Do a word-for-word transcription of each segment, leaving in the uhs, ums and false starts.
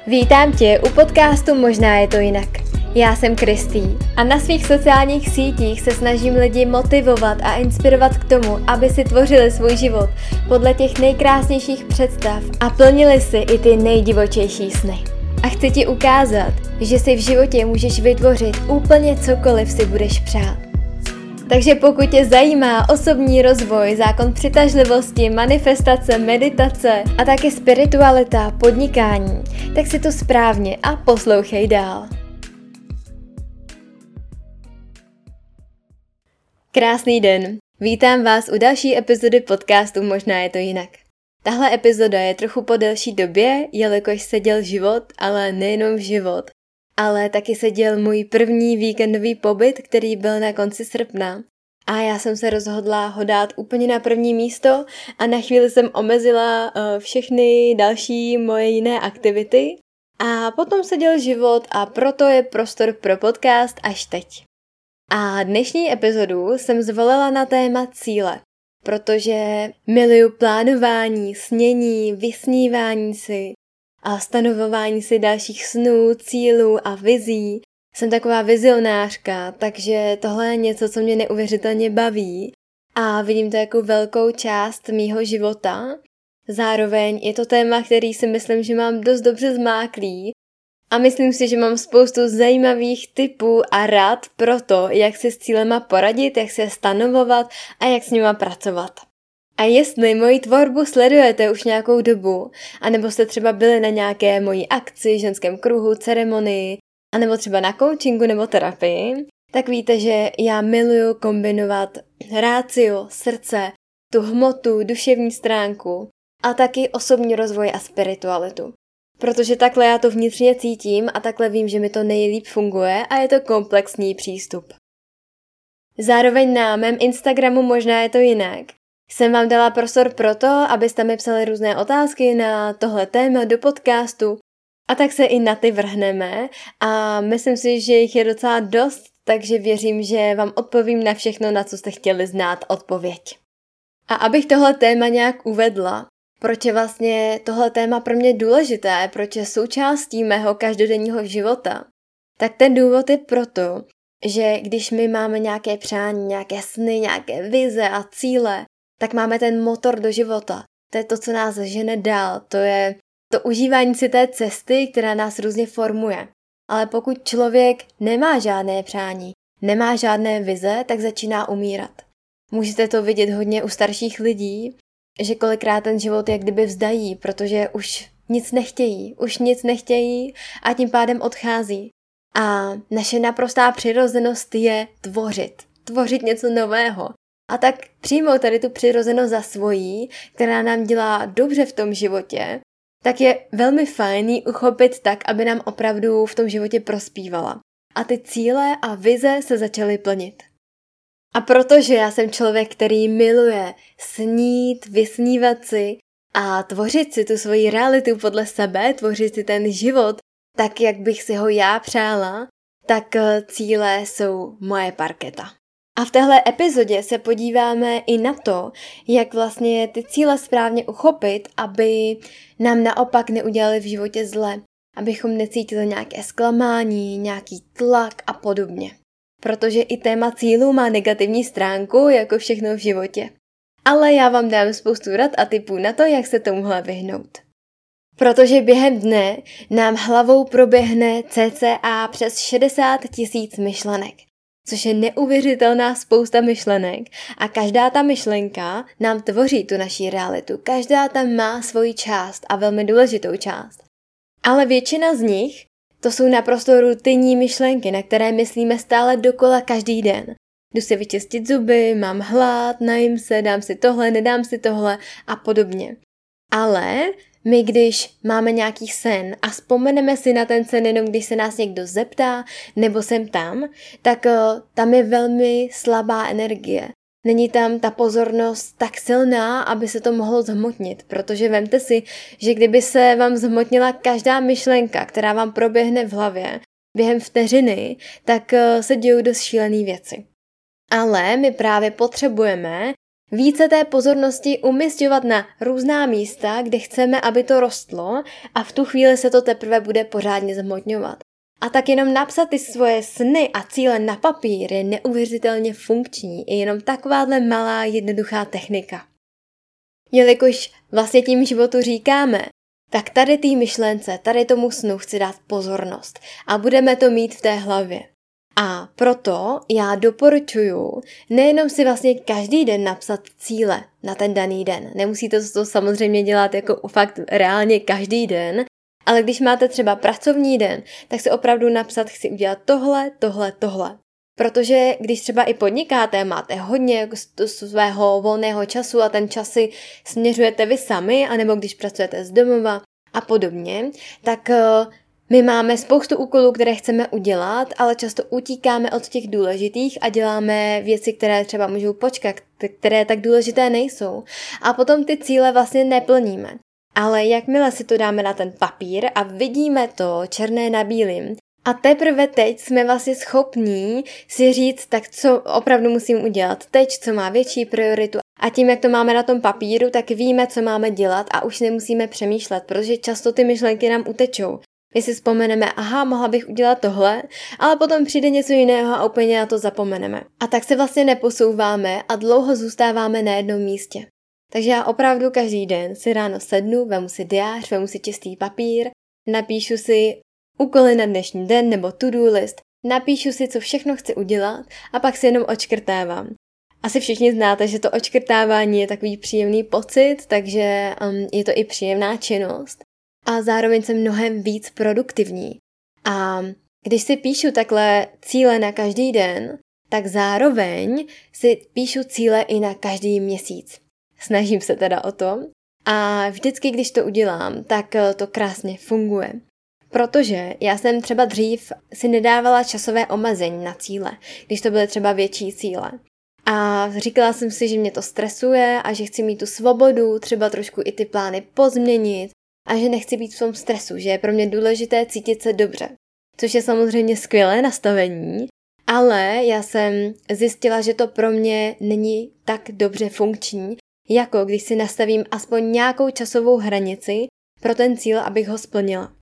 Vítám tě u podcastu Možná je to jinak. Já jsem Kristý a na svých sociálních sítích se snažím lidi motivovat a inspirovat k tomu, aby si tvořili svůj život podle těch nejkrásnějších představ a plnili si i ty nejdivočejší sny. A chci ti ukázat, že si v životě můžeš vytvořit úplně cokoliv si budeš přát. Takže pokud tě zajímá osobní rozvoj, zákon přitažlivosti, manifestace, meditace a taky spiritualita, podnikání, tak si to správně a poslouchej dál. Krásný den, vítám vás u další epizody podcastu Možná je to jinak. Tahle epizoda je trochu po delší době, jelikož se děl život, ale nejenom život, ale taky se děl můj první víkendový pobyt, který byl na konci srpna. A já jsem se rozhodla ho dát úplně na první místo a na chvíli jsem omezila uh, všechny další moje jiné aktivity. A potom se děl život a proto je prostor pro podcast až teď. A dnešní epizodu jsem zvolila na téma cíle, protože miluju plánování, snění, vysnívání si a stanovování si dalších snů, cílů a vizí. Jsem taková vizionářka, takže tohle je něco, co mě neuvěřitelně baví a vidím to jako velkou část mýho života. Zároveň je to téma, který si myslím, že mám dost dobře zmáklý a myslím si, že mám spoustu zajímavých tipů a rad pro to, jak si s cílema poradit, jak se stanovovat a jak s nima pracovat. A jestli moji tvorbu sledujete už nějakou dobu, anebo jste třeba byli na nějaké mojí akci, ženském kruhu, ceremonii, anebo třeba na coachingu nebo terapii, tak víte, že já miluju kombinovat rácio, srdce, tu hmotu, duševní stránku a taky osobní rozvoj a spiritualitu. Protože takhle já to vnitřně cítím a takhle vím, že mi to nejlíp funguje a je to komplexní přístup. Zároveň na mém Instagramu Možná je to jinak jsem vám dala prostor pro to, abyste mi psali různé otázky na tohle téma do podcastu a tak se i na ty vrhneme a myslím si, že jich je docela dost, takže věřím, že vám odpovím na všechno, na co jste chtěli znát odpověď. A abych tohle téma nějak uvedla, proč je vlastně tohle téma pro mě důležité, proč je součástí mého každodenního života, tak ten důvod je proto, že když my máme nějaké přání, nějaké sny, nějaké vize a cíle, tak máme ten motor do života. To je to, co nás žene dál, to je to užívání si té cesty, která nás různě formuje. Ale pokud člověk nemá žádné přání, nemá žádné vize, tak začíná umírat. Můžete to vidět hodně u starších lidí, že kolikrát ten život jak kdyby vzdají, protože už nic nechtějí, už nic nechtějí a tím pádem odchází. A naše naprostá přirozenost je tvořit, tvořit něco nového. A tak přijmout tady tu přirozenost za svojí, která nám dělá dobře v tom životě, tak je velmi fajn ji uchopit tak, aby nám opravdu v tom životě prospívala. A ty cíle a vize se začaly plnit. A protože já jsem člověk, který miluje snít, vysnívat si a tvořit si tu svoji realitu podle sebe, tvořit si ten život tak, jak bych si ho já přála, tak cíle jsou moje parketa. A v téhle epizodě se podíváme i na to, jak vlastně ty cíle správně uchopit, aby nám naopak neudělali v životě zle, abychom necítili nějaké zklamání, nějaký tlak a podobně. Protože i téma cílů má negativní stránku, jako všechno v životě. Ale já vám dám spoustu rad a tipů na to, jak se tomuhle vyhnout. Protože během dne nám hlavou proběhne cca přes šedesát tisíc myšlenek, což je neuvěřitelná spousta myšlenek a každá ta myšlenka nám tvoří tu naší realitu. Každá tam má svoji část a velmi důležitou část. Ale většina z nich to jsou naprosto rutinní myšlenky, na které myslíme stále dokola každý den. Jdu si vyčistit zuby, mám hlad, najím se, dám si tohle, nedám si tohle a podobně. Ale my, když máme nějaký sen a vzpomeneme si na ten sen jenom, když se nás někdo zeptá nebo jsem tam, tak uh, tam je velmi slabá energie. Není tam ta pozornost tak silná, aby se to mohlo zhmotnit, protože vemte si, že kdyby se vám zhmotnila každá myšlenka, která vám proběhne v hlavě během vteřiny, tak uh, se dějou dost šílený věci. Ale my právě potřebujeme více té pozornosti umisťovat na různá místa, kde chceme, aby to rostlo a v tu chvíli se to teprve bude pořádně zhmotňovat. A tak jenom napsat ty svoje sny a cíle na papír je neuvěřitelně funkční, i jenom takováhle malá jednoduchá technika. Jelikož vlastně tím životu říkáme, tak tady té myšlence, tady tomu snu chci dát pozornost a budeme to mít v té hlavě. A proto já doporučuju nejenom si vlastně každý den napsat cíle na ten daný den. Nemusíte to samozřejmě dělat jako fakt reálně každý den, ale když máte třeba pracovní den, tak si opravdu napsat chci udělat tohle, tohle, tohle. Protože když třeba i podnikáte, máte hodně svého volného času a ten čas si směřujete vy sami, anebo když pracujete z domova a podobně, tak my máme spoustu úkolů, které chceme udělat, ale často utíkáme od těch důležitých a děláme věci, které třeba můžou počkat, které tak důležité nejsou. A potom ty cíle vlastně neplníme. Ale jakmile si to dáme na ten papír a vidíme to černé na bílým, a teprve teď jsme vlastně schopní si říct, tak co opravdu musím udělat teď, co má větší prioritu. A tím, jak to máme na tom papíru, tak víme, co máme dělat a už nemusíme přemýšlet, protože často ty myšlenky nám utečou. My si vzpomeneme, aha, mohla bych udělat tohle, ale potom přijde něco jiného a úplně na to zapomeneme. A tak se vlastně neposouváme a dlouho zůstáváme na jednom místě. Takže já opravdu každý den si ráno sednu, vemu si diář, vemu si čistý papír, napíšu si úkoly na dnešní den nebo to-do list, napíšu si, co všechno chci udělat a pak si jenom odškrtávám. Asi všichni znáte, že to odškrtávání je takový příjemný pocit, takže um, je to i příjemná činnost. A zároveň jsem mnohem víc produktivní. A když si píšu takhle cíle na každý den, tak zároveň si píšu cíle i na každý měsíc. Snažím se teda o to. A vždycky, když to udělám, tak to krásně funguje. Protože já jsem třeba dřív si nedávala časové omezení na cíle, když to byly třeba větší cíle. A říkala jsem si, že mě to stresuje a že chci mít tu svobodu, třeba trošku i ty plány pozměnit a že nechci být v tom stresu, že je pro mě důležité cítit se dobře. Což je samozřejmě skvělé nastavení, ale já jsem zjistila, že to pro mě není tak dobře funkční, jako když si nastavím aspoň nějakou časovou hranici pro ten cíl, abych ho splnila.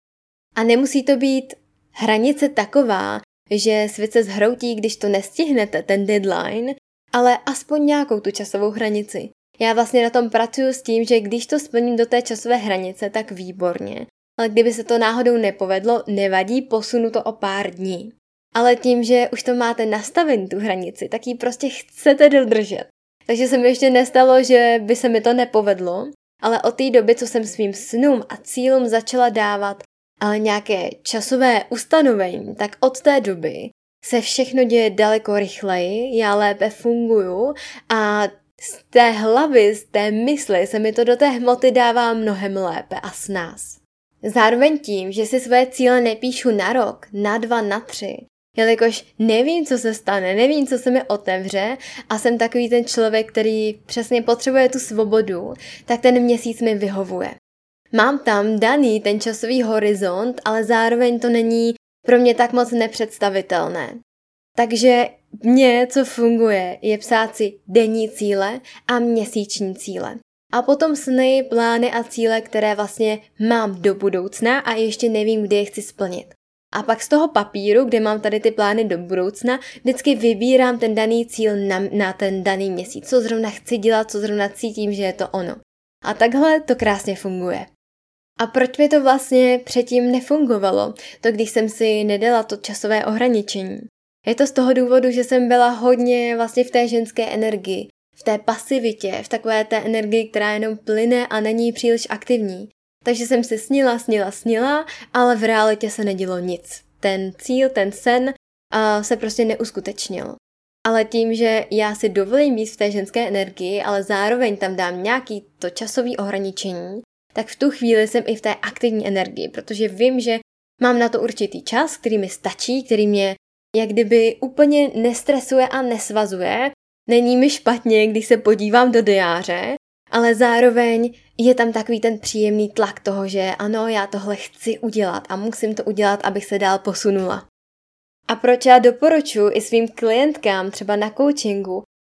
A nemusí to být hranice taková, že svět se zhroutí, když to nestihnete, ten deadline, ale aspoň nějakou tu časovou hranici. Já vlastně na tom pracuji s tím, že když to splním do té časové hranice, tak výborně. Ale kdyby se to náhodou nepovedlo, nevadí, posunu to o pár dní. Ale tím, že už to máte nastavený tu hranici, tak ji prostě chcete dodržet. Takže se mi ještě nestalo, že by se mi to nepovedlo, ale od té doby, co jsem svým snům a cílům začala dávat ale nějaké časové ustanovení, tak od té doby se všechno děje daleko rychleji, já lépe funguju a z té hlavy, z té mysli se mi to do té hmoty dává mnohem lépe a snáz. Zároveň tím, že si svoje cíle nepíšu na rok, na dva, na tři, jelikož nevím, co se stane, nevím, co se mi otevře a jsem takový ten člověk, který přesně potřebuje tu svobodu, tak ten měsíc mi vyhovuje. Mám tam daný ten časový horizont, ale zároveň to není pro mě tak moc nepředstavitelné. Takže mně, co funguje, je psát si denní cíle a měsíční cíle. A potom sny, plány a cíle, které vlastně mám do budoucna a ještě nevím, kdy je chci splnit. A pak z toho papíru, kde mám tady ty plány do budoucna, vždycky vybírám ten daný cíl na, na ten daný měsíc. Co zrovna chci dělat, co zrovna cítím, že je to ono. A takhle to krásně funguje. A proč mi to vlastně předtím nefungovalo, to když jsem si nedala to časové ohraničení? Je to z toho důvodu, že jsem byla hodně vlastně v té ženské energii, v té pasivitě, v takové té energii, která jenom plyne a není příliš aktivní. Takže jsem si snila, snila, snila, ale v realitě se nedělo nic. Ten cíl, ten sen uh, se prostě neuskutečnil. Ale tím, že já si dovolím být v té ženské energii, ale zároveň tam dám nějaký to časové ohraničení, tak v tu chvíli jsem i v té aktivní energii, protože vím, že mám na to určitý čas, který mi stačí, který mě jak kdyby úplně nestresuje a nesvazuje. Není mi špatně, když se podívám do diáře, ale zároveň je tam takový ten příjemný tlak toho, že ano, já tohle chci udělat a musím to udělat, abych se dál posunula. A proč já doporučuji i svým klientkám třeba na coachingu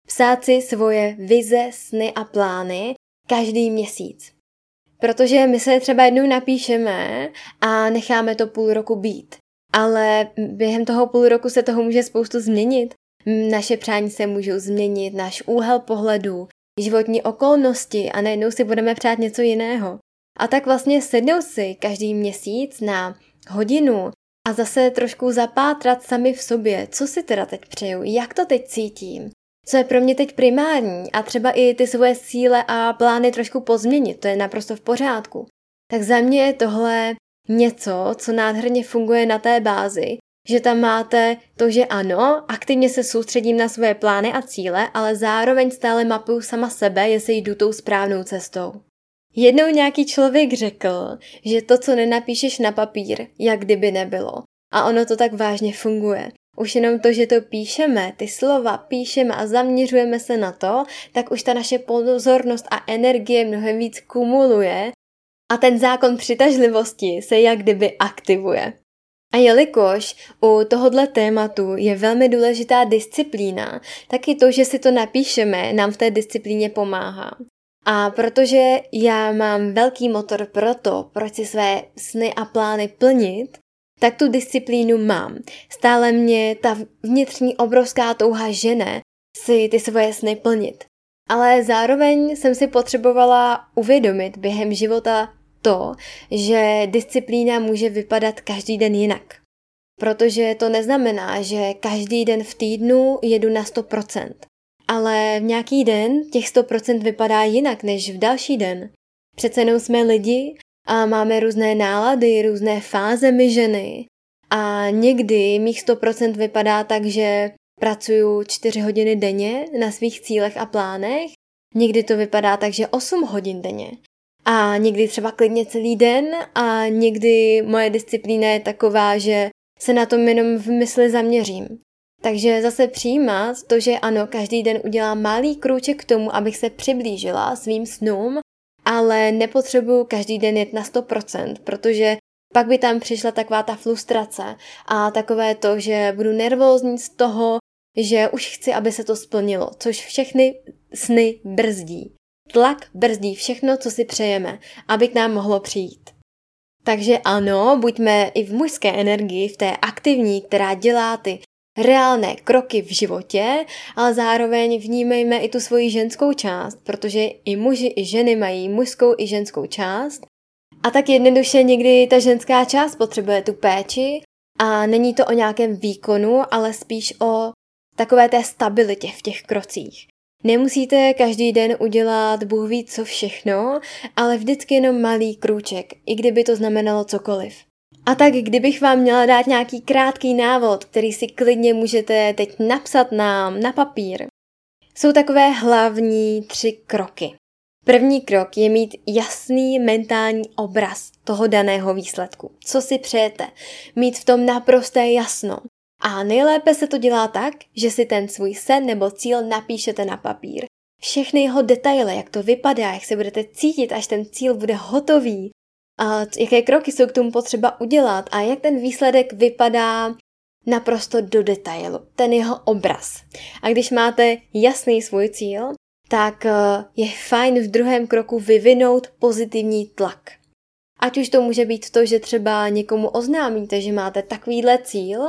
psát si svoje vize, sny a plány každý měsíc. Protože my se třeba jednou napíšeme a necháme to půl roku být. Ale během toho půl roku se toho může spoustu změnit. Naše přání se můžou změnit, náš úhel pohledu, životní okolnosti a najednou si budeme přát něco jiného. A tak vlastně sednout si každý měsíc na hodinu a zase trošku zapátrat sami v sobě, co si teda teď přeju, jak to teď cítím, co je pro mě teď primární a třeba i ty svoje cíle a plány trošku pozměnit, to je naprosto v pořádku. Tak za mě je tohle něco, co nádherně funguje na té bázi, že tam máte to, že ano, aktivně se soustředím na svoje plány a cíle, ale zároveň stále mapuju sama sebe, jestli jdu tou správnou cestou. Jednou nějaký člověk řekl, že to, co nenapíšeš na papír, jak kdyby nebylo. A ono to tak vážně funguje. Už jenom to, že to píšeme, ty slova píšeme a zaměřujeme se na to, tak už ta naše pozornost a energie mnohem víc kumuluje a ten zákon přitažlivosti se jak kdyby aktivuje. A jelikož u tohohle tématu je velmi důležitá disciplína, tak i to, že si to napíšeme, nám v té disciplíně pomáhá. A protože já mám velký motor pro to, proč si své sny a plány plnit, tak tu disciplínu mám. Stále mě ta vnitřní obrovská touha žene si ty svoje sny plnit. Ale zároveň jsem si potřebovala uvědomit během života to, že disciplína může vypadat každý den jinak. Protože to neznamená, že každý den v týdnu jedu na sto procent. Ale v nějaký den těch sto procent vypadá jinak než v další den. Přece jenom jsme lidi a máme různé nálady, různé fáze my ženy. A někdy mých sto procent vypadá tak, že pracuju čtyři hodiny denně na svých cílech a plánech. Někdy to vypadá tak, že osm hodin denně. A někdy třeba klidně celý den a někdy moje disciplína je taková, že se na tom jenom v mysli zaměřím. Takže zase přijímat to, že ano, každý den udělám malý krůček k tomu, abych se přiblížila svým snům, ale nepotřebuju každý den jet na sto procent, protože pak by tam přišla taková ta frustrace a takové to, že budu nervózní z toho, že už chci, aby se to splnilo, což všechny sny brzdí. Tlak brzdí všechno, co si přejeme, aby k nám mohlo přijít. Takže ano, buďme i v mužské energii, v té aktivní, která dělá ty reálné kroky v životě, ale zároveň vnímejme i tu svoji ženskou část, protože i muži, i ženy mají mužskou i ženskou část. A tak jednoduše někdy ta ženská část potřebuje tu péči a není to o nějakém výkonu, ale spíš o takové té stabilitě v těch krocích. Nemusíte každý den udělat Bůh ví co všechno, ale vždycky jenom malý krůček, i kdyby to znamenalo cokoliv. A tak kdybych vám měla dát nějaký krátký návod, který si klidně můžete teď napsat nám na papír, jsou takové hlavní tři kroky. První krok je mít jasný mentální obraz toho daného výsledku. Co si přejete? Mít v tom naprosté jasno. A nejlépe se to dělá tak, že si ten svůj sen nebo cíl napíšete na papír. Všechny jeho detaily, jak to vypadá, jak se budete cítit, až ten cíl bude hotový, a jaké kroky jsou k tomu potřeba udělat a jak ten výsledek vypadá naprosto do detailu, ten jeho obraz. A když máte jasný svůj cíl, tak je fajn v druhém kroku vyvinout pozitivní tlak. Ať už to může být to, že třeba někomu oznámíte, že máte takovýhle cíl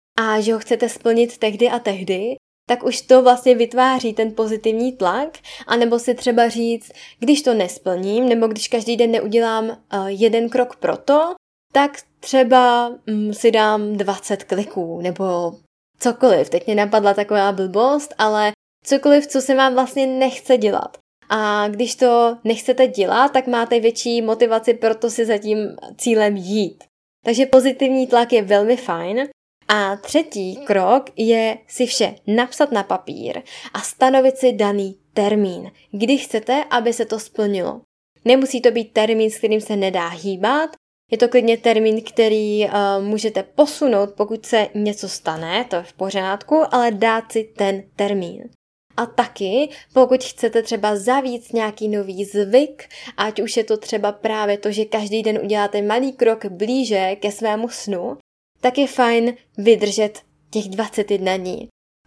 a že ho chcete splnit tehdy a tehdy, tak už to vlastně vytváří ten pozitivní tlak, anebo si třeba říct, když to nesplním, nebo když každý den neudělám uh, jeden krok pro to, tak třeba um, si dám dvacet kliků, nebo cokoliv. Teď mě napadla taková blbost, ale cokoliv, co se vám vlastně nechce dělat. A když to nechcete dělat, tak máte větší motivaci pro to si za tím cílem jít. Takže pozitivní tlak je velmi fajn. A třetí krok je si vše napsat na papír a stanovit si daný termín, kdy chcete, aby se to splnilo. Nemusí to být termín, s kterým se nedá hýbat, je to klidně termín, který uh, můžete posunout, pokud se něco stane, to je v pořádku, ale dát si ten termín. A taky, pokud chcete třeba zavíct nějaký nový zvyk, ať už je to třeba právě to, že každý den uděláte malý krok blíže ke svému snu, tak je fajn vydržet těch dvacet jedna dní.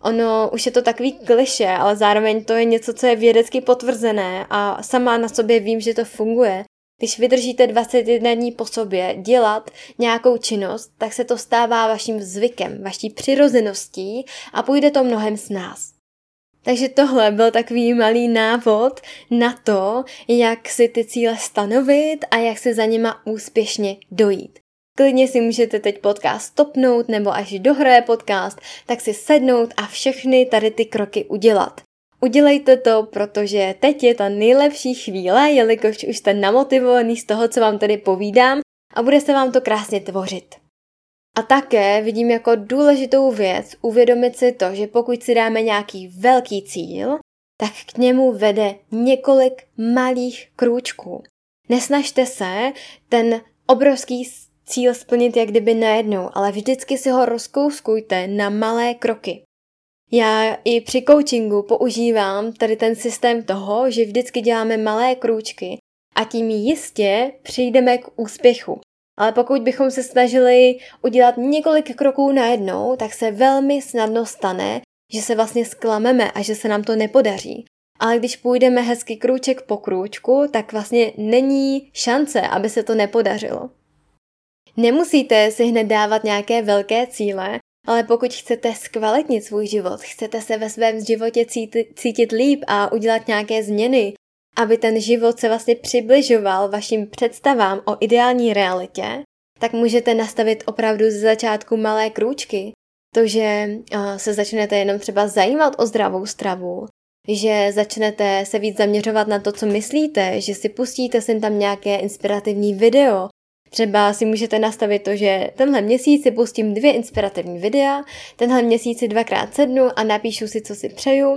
Ono už je to takový klišé, ale zároveň to je něco, co je vědecky potvrzené a sama na sobě vím, že to funguje. Když vydržíte dvacet jedna dní po sobě dělat nějakou činnost, tak se to stává vaším zvykem, vaší přirozeností a půjde to mnohem s nás. Takže tohle byl takový malý návod na to, jak si ty cíle stanovit a jak se za nima úspěšně dojít. Klidně si můžete teď podcast stopnout nebo až dohraje podcast, tak si sednout a všechny tady ty kroky udělat. Udělejte to, protože teď je ta nejlepší chvíle, jelikož už jste namotivovaný z toho, co vám tady povídám a bude se vám to krásně tvořit. A také vidím jako důležitou věc uvědomit si to, že pokud si dáme nějaký velký cíl, tak k němu vede několik malých krůčků. Nesnažte se ten obrovský cíl splnit jak kdyby najednou, ale vždycky si ho rozkouskujte na malé kroky. Já i při coachingu používám tady ten systém toho, že vždycky děláme malé krůčky a tím jistě přijdeme k úspěchu. Ale pokud bychom se snažili udělat několik kroků najednou, tak se velmi snadno stane, že se vlastně zklameme a že se nám to nepodaří. Ale když půjdeme hezky krůček po krůčku, tak vlastně není šance, aby se to nepodařilo. Nemusíte si hned dávat nějaké velké cíle, ale pokud chcete zkvalitnit svůj život, chcete se ve svém životě cítit, cítit líp a udělat nějaké změny, aby ten život se vlastně přibližoval vašim představám o ideální realitě, tak můžete nastavit opravdu ze začátku malé krůčky. To, že se začnete jenom třeba zajímat o zdravou stravu, že začnete se víc zaměřovat na to, co myslíte, že si pustíte sem tam nějaké inspirativní video. Třeba si můžete nastavit to, že tenhle měsíc si pustím dvě inspirativní videa, tenhle měsíc si dvakrát sednu a napíšu si, co si přeju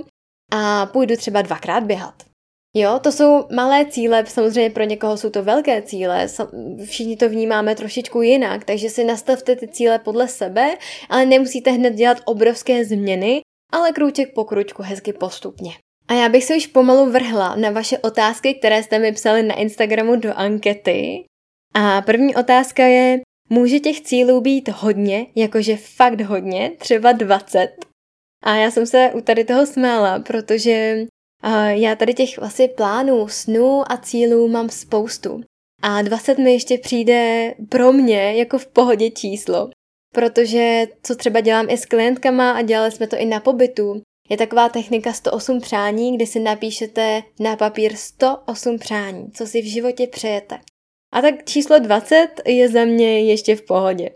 a půjdu třeba dvakrát běhat. Jo, to jsou malé cíle, samozřejmě pro někoho jsou to velké cíle, všichni to vnímáme trošičku jinak, takže si nastavte ty cíle podle sebe, ale nemusíte hned dělat obrovské změny, ale krůček po krůčku hezky postupně. A já bych se už pomalu vrhla na vaše otázky, které jste mi psali na Instagramu do ankety. A první otázka je, může těch cílů být hodně, jakože fakt hodně, třeba dvacet? A já jsem se u tady toho smála, protože uh, já tady těch vlastně plánů, snů a cílů mám spoustu. A dvacet mi ještě přijde pro mě jako v pohodě číslo. Protože co třeba dělám i s klientkama a dělali jsme to i na pobytu, je taková technika sto osm přání, kdy si napíšete na papír sto osm přání, co si v životě přejete. A tak číslo dvacet je za mě ještě v pohodě.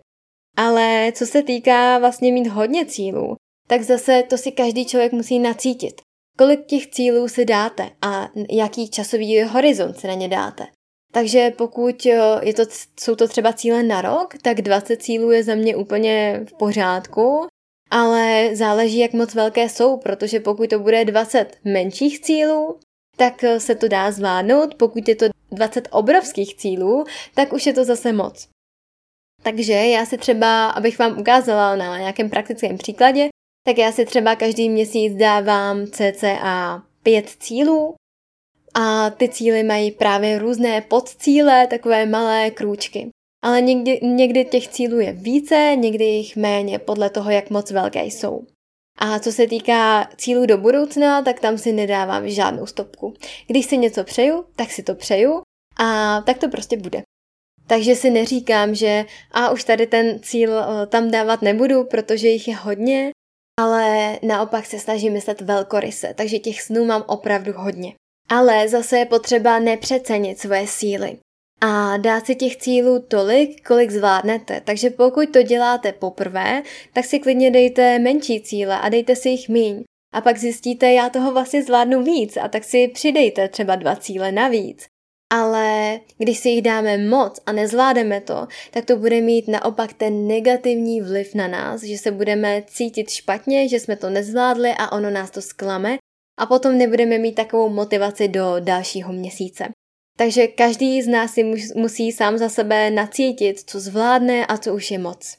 Ale co se týká vlastně mít hodně cílů, tak zase to si každý člověk musí nacítit. Kolik těch cílů si dáte a jaký časový horizont si na ně dáte. Takže pokud je to, jsou to třeba cíle na rok, tak dvacet cílů je za mě úplně v pořádku, ale záleží, jak moc velké jsou, protože pokud to bude dvacet menších cílů, tak se to dá zvládnout, pokud je to dvacet obrovských cílů, tak už je to zase moc. Takže já si třeba, abych vám ukázala na nějakém praktickém příkladě, tak já si třeba každý měsíc dávám cca pět cílů a ty cíly mají právě různé podcíle, takové malé krůčky. Ale někdy, někdy těch cílů je více, někdy jich méně, podle toho, jak moc velké jsou. A co se týká cílů do budoucna, tak tam si nedávám žádnou stopku. Když si něco přeju, tak si to přeju a tak to prostě bude. Takže si neříkám, že a už tady ten cíl tam dávat nebudu, protože jich je hodně, ale naopak se snažím myslet velkoryse, takže těch snů mám opravdu hodně. Ale zase je potřeba nepřecenit svoje síly a dát si těch cílů tolik, kolik zvládnete. Takže pokud to děláte poprvé, tak si klidně dejte menší cíle a dejte si jich míň. A pak zjistíte, já toho vlastně zvládnu víc a tak si přidejte třeba dva cíle navíc. Ale když si jich dáme moc a nezvládeme to, tak to bude mít naopak ten negativní vliv na nás, že se budeme cítit špatně, že jsme to nezvládli a ono nás to zklame a potom nebudeme mít takovou motivaci do dalšího měsíce. Takže každý z nás si musí sám za sebe nacítit, co zvládne a co už je moc.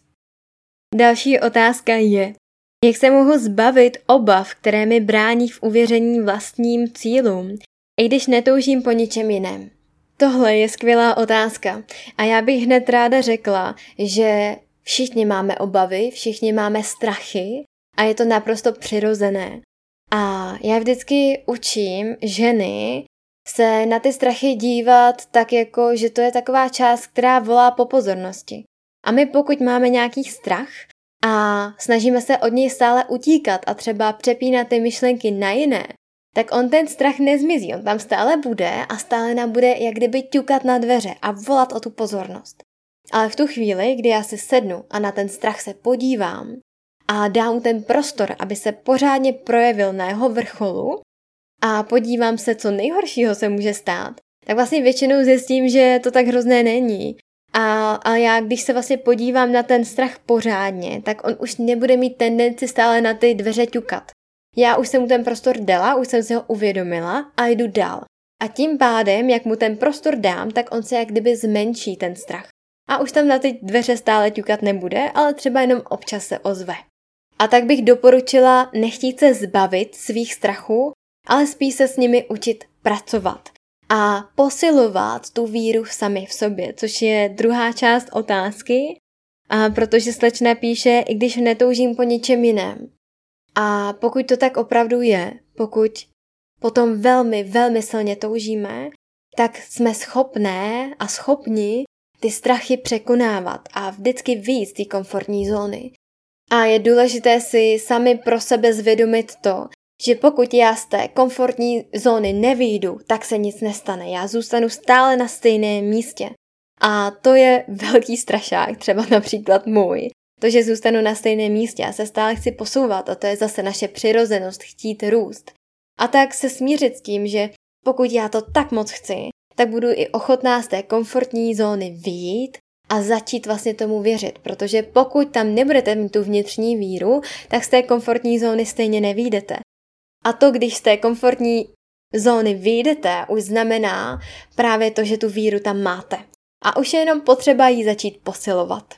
Další otázka je, jak se mohu zbavit obav, které mi brání v uvěření vlastním cílům, i když netoužím po ničem jiném? Tohle je skvělá otázka a já bych hned ráda řekla, že všichni máme obavy, všichni máme strachy a je to naprosto přirozené. A já vždycky učím ženy se na ty strachy dívat tak jako, že to je taková část, která volá po pozornosti. A my pokud máme nějaký strach a snažíme se od něj stále utíkat a třeba přepínat ty myšlenky na jiné, tak on ten strach nezmizí, on tam stále bude a stále nám bude jak kdyby ťukat na dveře a volat o tu pozornost. Ale v tu chvíli, kdy já si sednu a na ten strach se podívám a dám mu ten prostor, aby se pořádně projevil na jeho vrcholu a podívám se, co nejhoršího se může stát, tak vlastně většinou zjistím, že to tak hrozné není. A, a já, když se vlastně podívám na ten strach pořádně, tak on už nebude mít tendenci stále na ty dveře ťukat. Já už jsem mu ten prostor dala, už jsem si ho uvědomila a jdu dál. A tím pádem, jak mu ten prostor dám, tak on se jak kdyby zmenší ten strach. A už tam na ty dveře stále ťukat nebude, ale třeba jenom občas se ozve. A tak bych doporučila nechtít se zbavit svých strachů, ale spíš se s nimi učit pracovat a posilovat tu víru sami v sobě, což je druhá část otázky, a protože slečna píše, i když netoužím po ničem jiném. A pokud to tak opravdu je, pokud potom velmi, velmi silně toužíme, tak jsme schopné a schopni ty strachy překonávat a vždycky víc z té komfortní zóny. A je důležité si sami pro sebe zvědomit to, že pokud já z té komfortní zóny nevyjdu, tak se nic nestane. Já zůstanu stále na stejném místě. A to je velký strašák, třeba například můj. To, že zůstanu na stejném místě a se stále chci posouvat, a to je zase naše přirozenost chtít růst. A tak se smířit s tím, že pokud já to tak moc chci, tak budu i ochotná z té komfortní zóny vyjít a začít vlastně tomu věřit, protože pokud tam nebudete mít tu vnitřní víru, tak z té komfortní zóny stejně nevyjdete. A to, když z té komfortní zóny vyjdete, už znamená právě to, že tu víru tam máte. A už je jenom potřeba ji začít posilovat.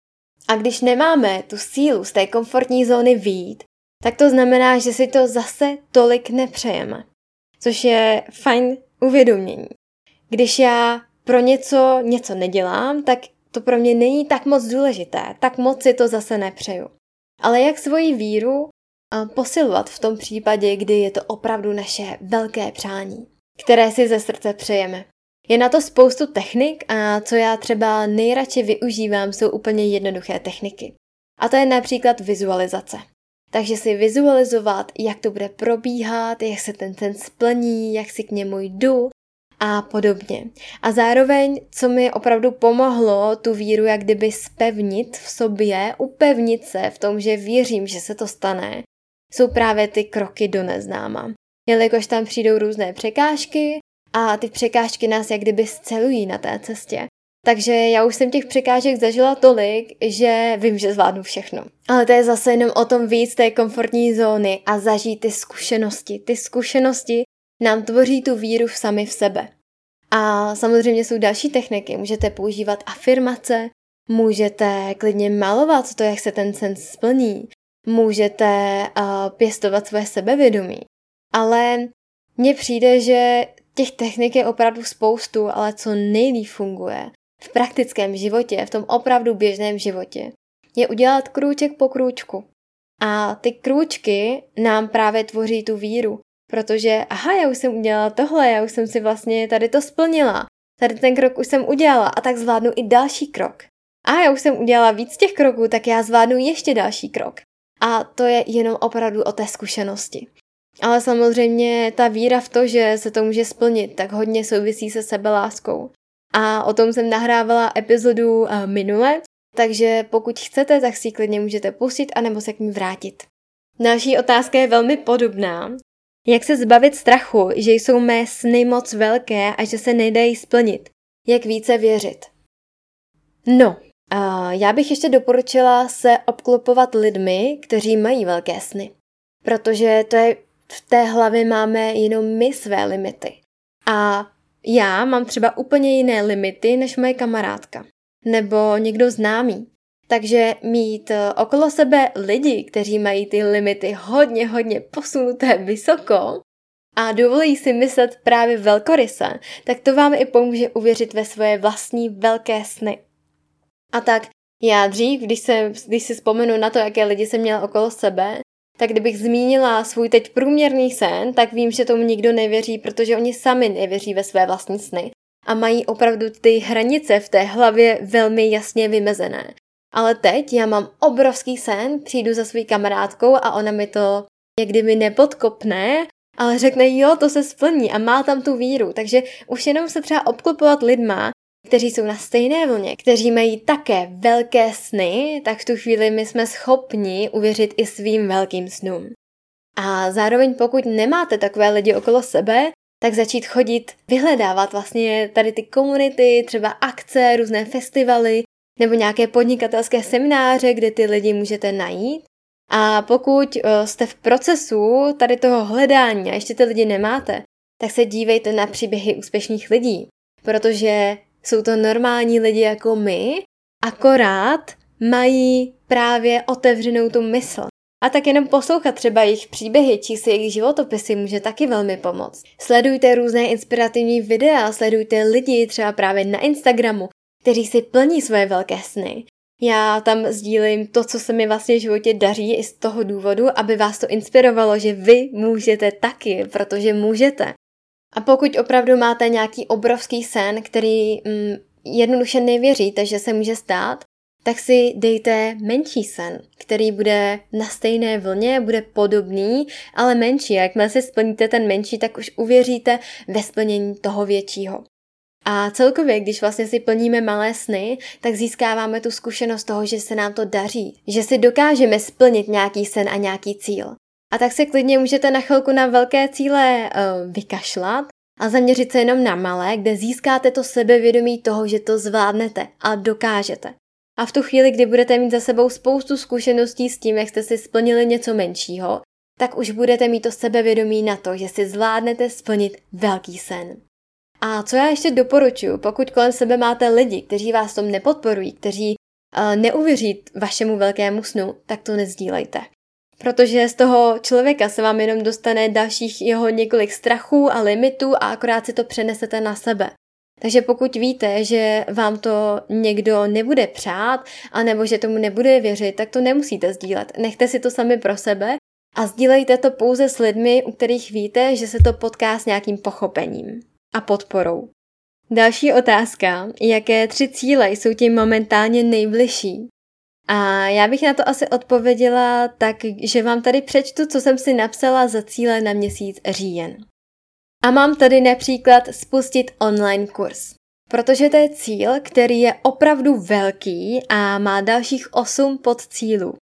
A když nemáme tu sílu z té komfortní zóny vyjít, tak to znamená, že si to zase tolik nepřejeme. Což je fajn uvědomění. Když já pro něco něco nedělám, tak to pro mě není tak moc důležité, tak moc si to zase nepřeju. Ale jak svoji víru posilovat v tom případě, kdy je to opravdu naše velké přání, které si ze srdce přejeme. Je na to spoustu technik a co já třeba nejradši využívám, jsou úplně jednoduché techniky. A to je například vizualizace. Takže si vizualizovat, jak to bude probíhat, jak se ten sen splní, jak si k němu jdu a podobně. A zároveň, co mi opravdu pomohlo tu víru jak kdyby spevnit v sobě, upevnit se v tom, že věřím, že se to stane, jsou právě ty kroky do neznáma. Jelikož tam přijdou různé překážky a ty překážky nás jak kdyby scelují na té cestě. Takže já už jsem těch překážek zažila tolik, že vím, že zvládnu všechno. Ale to je zase jenom o tom víc té komfortní zóny a zažít ty zkušenosti. Ty zkušenosti nám tvoří tu víru v sami v sebe. A samozřejmě jsou další techniky. Můžete používat afirmace, můžete klidně malovat to, jak se ten sen splní, můžete uh, pěstovat svoje sebevědomí. Ale mně přijde, že těch technik je opravdu spoustu, ale co nejlíp funguje v praktickém životě, v tom opravdu běžném životě, je udělat krůček po krůčku. A ty krůčky nám právě tvoří tu víru, protože aha, já už jsem udělala tohle, já už jsem si vlastně tady to splnila, tady ten krok už jsem udělala a tak zvládnu i další krok. A já už jsem udělala víc těch kroků, tak já zvládnu ještě další krok. A to je jenom opravdu o té zkušenosti. Ale samozřejmě ta víra v to, že se to může splnit, tak hodně souvisí se sebeláskou. A o tom jsem nahrávala epizodu minule, takže pokud chcete, tak si ji klidně můžete pustit anebo se k ní vrátit. Další otázka je velmi podobná. Jak se zbavit strachu, že jsou mé sny moc velké a že se nedají splnit? Jak více věřit? No, a já bych ještě doporučila se obklopovat lidmi, kteří mají velké sny. Protože to je v té hlavě máme jenom my své limity. A já mám třeba úplně jiné limity než moje kamarádka. Nebo někdo známý. Takže mít okolo sebe lidi, kteří mají ty limity hodně, hodně posunuté vysoko a dovolí si myslet právě velkoryse, tak to vám i pomůže uvěřit ve svoje vlastní velké sny. A tak Já dřív, když, se, když si vzpomenu na to, jaké lidi jsem měla okolo sebe, tak kdybych zmínila svůj teď průměrný sen, tak vím, že tomu nikdo nevěří, protože oni sami nevěří ve své vlastní sny a mají opravdu ty hranice v té hlavě velmi jasně vymezené. Ale teď já mám obrovský sen, přijdu za svou kamarádkou a ona mi to někdy mi nepodkopne, ale řekne jo, to se splní a má tam tu víru. Takže už jenom se třeba obklopovat lidma, kteří jsou na stejné vlně, kteří mají také velké sny, tak v tu chvíli my jsme schopni uvěřit i svým velkým snům. A zároveň pokud nemáte takové lidi okolo sebe, tak začít chodit, vyhledávat vlastně tady ty komunity, třeba akce, různé festivaly, nebo nějaké podnikatelské semináře, kde ty lidi můžete najít. A pokud jste v procesu tady toho hledání a ještě ty lidi nemáte, tak se dívejte na příběhy úspěšných lidí, protože jsou to normální lidi jako my, akorát mají právě otevřenou tu mysl. A tak jenom poslouchat třeba jejich příběhy, či si jejich životopisy může taky velmi pomoct. Sledujte různé inspirativní videa, sledujte lidi třeba právě na Instagramu, kteří si plní svoje velké sny. Já tam sdílím to, co se mi vlastně v životě daří i z toho důvodu, aby vás to inspirovalo, že vy můžete taky, protože můžete. A pokud opravdu máte nějaký obrovský sen, který mm, jednoduše nevěříte, že se může stát, tak si dejte menší sen, který bude na stejné vlně, bude podobný, ale menší. Jakmile si splníte ten menší, tak už uvěříte ve splnění toho většího. A celkově, když vlastně si plníme malé sny, tak získáváme tu zkušenost toho, že se nám to daří, že si dokážeme splnit nějaký sen a nějaký cíl. A tak se klidně můžete na chvilku na velké cíle uh, vykašlat a zaměřit se jenom na malé, kde získáte to sebevědomí toho, že to zvládnete a dokážete. A v tu chvíli, kdy budete mít za sebou spoustu zkušeností s tím, jak jste si splnili něco menšího, tak už budete mít to sebevědomí na to, že si zvládnete splnit velký sen. A co já ještě doporučuji, pokud kolem sebe máte lidi, kteří vás v tom nepodporují, kteří uh, neuvěří vašemu velkému snu, tak to nezdílejte. Protože z toho člověka se vám jenom dostane dalších jeho několik strachů a limitů a akorát si to přenesete na sebe. Takže pokud víte, že vám to někdo nebude přát, anebo že tomu nebude věřit, tak to nemusíte sdílet. Nechte si to sami pro sebe a sdílejte to pouze s lidmi, u kterých víte, že se to potká s nějakým pochopením a podporou. Další otázka, jaké tři cíle jsou ti momentálně nejbližší? A já bych na to asi odpověděla tak, že vám tady přečtu, co jsem si napsala za cíle na měsíc říjen. A mám tady například spustit online kurz, protože to je cíl, který je opravdu velký a má dalších osm podcílů.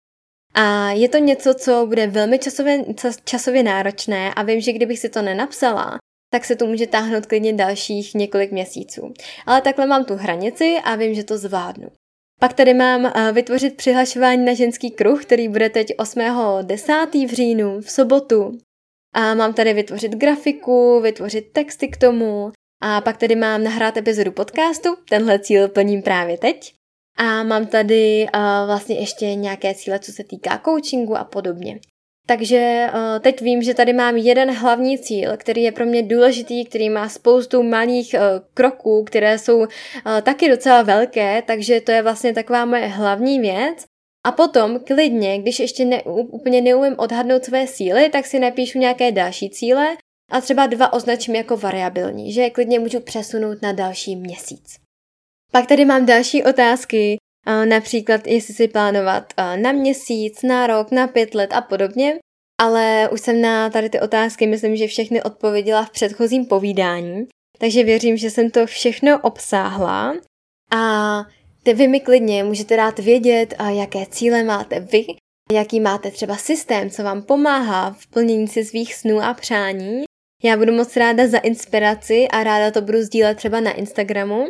A je to něco, co bude velmi časově, časově náročné a vím, že kdybych si to nenapsala, tak se to může táhnout klidně dalších několik měsíců. Ale takhle mám tu hranici a vím, že to zvládnu. Pak tady mám vytvořit přihlašování na ženský kruh, který bude teď osmého desátého v říjnu, v sobotu. A mám tady vytvořit grafiku, vytvořit texty k tomu. A pak tady mám nahrát epizodu podcastu, tenhle cíl plním právě teď. A mám tady uh, vlastně ještě nějaké cíle, co se týká coachingu a podobně. Takže uh, teď vím, že tady mám jeden hlavní cíl, který je pro mě důležitý, který má spoustu malých uh, kroků, které jsou uh, taky docela velké, takže to je vlastně taková moje hlavní věc. A potom klidně, když ještě ne, úplně neumím odhadnout své síly, tak si napíšu nějaké další cíle a třeba dva označím jako variabilní, že je klidně můžu přesunout na další měsíc. Pak tady mám další otázky, například jestli si plánovat na měsíc, na rok, na pět let a podobně, ale už jsem na tady ty otázky myslím, že všechny odpověděla v předchozím povídání, takže věřím, že jsem to všechno obsáhla a vy mi klidně můžete dát vědět, jaké cíle máte vy, jaký máte třeba systém, co vám pomáhá v plnění si svých snů a přání. Já budu moc ráda za inspiraci a ráda to budu sdílet třeba na Instagramu.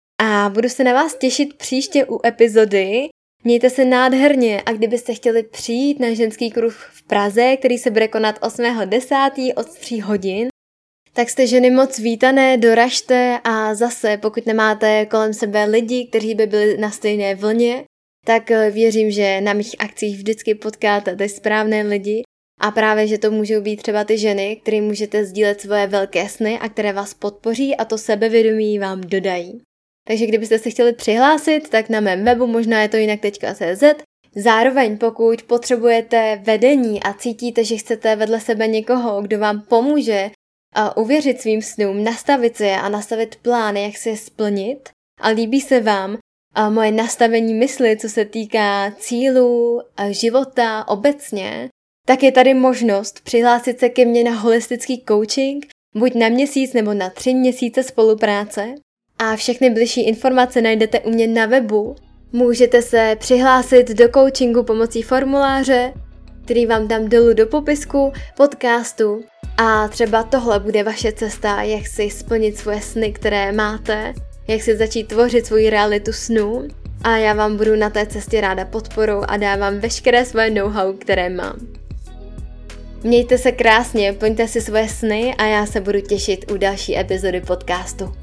A budu se na vás těšit příště u epizody. Mějte se nádherně a kdybyste chtěli přijít na ženský kruh v Praze, který se bude konat osmého desátého od tří hodin, tak jste ženy moc vítané, doražte a zase, pokud nemáte kolem sebe lidi, kteří by byli na stejné vlně, tak věřím, že na mých akcích vždycky potkáte ty správné lidi a právě, že to můžou být třeba ty ženy, kterým můžete sdílet svoje velké sny a které vás podpoří a to sebevědomí vám dodají. Takže kdybyste se chtěli přihlásit, tak na mém webu možná je to jinak tečka cé zet. Zároveň pokud potřebujete vedení a cítíte, že chcete vedle sebe někoho, kdo vám pomůže a uvěřit svým snům, nastavit si je a nastavit plány, jak si je splnit a líbí se vám a moje nastavení mysli, co se týká cílů, a života obecně, tak je tady možnost přihlásit se ke mně na holistický coaching, buď na měsíc nebo na tři měsíce spolupráce. A všechny bližší informace najdete u mě na webu. Můžete se přihlásit do coachingu pomocí formuláře, který vám dám dolů do popisku podcastu. A třeba tohle bude vaše cesta, jak si splnit svoje sny, které máte, jak si začít tvořit svoji realitu snů. A já vám budu na té cestě ráda podporou a dávám veškeré svoje know-how, které mám. Mějte se krásně, plňte si svoje sny a já se budu těšit u další epizody podcastu.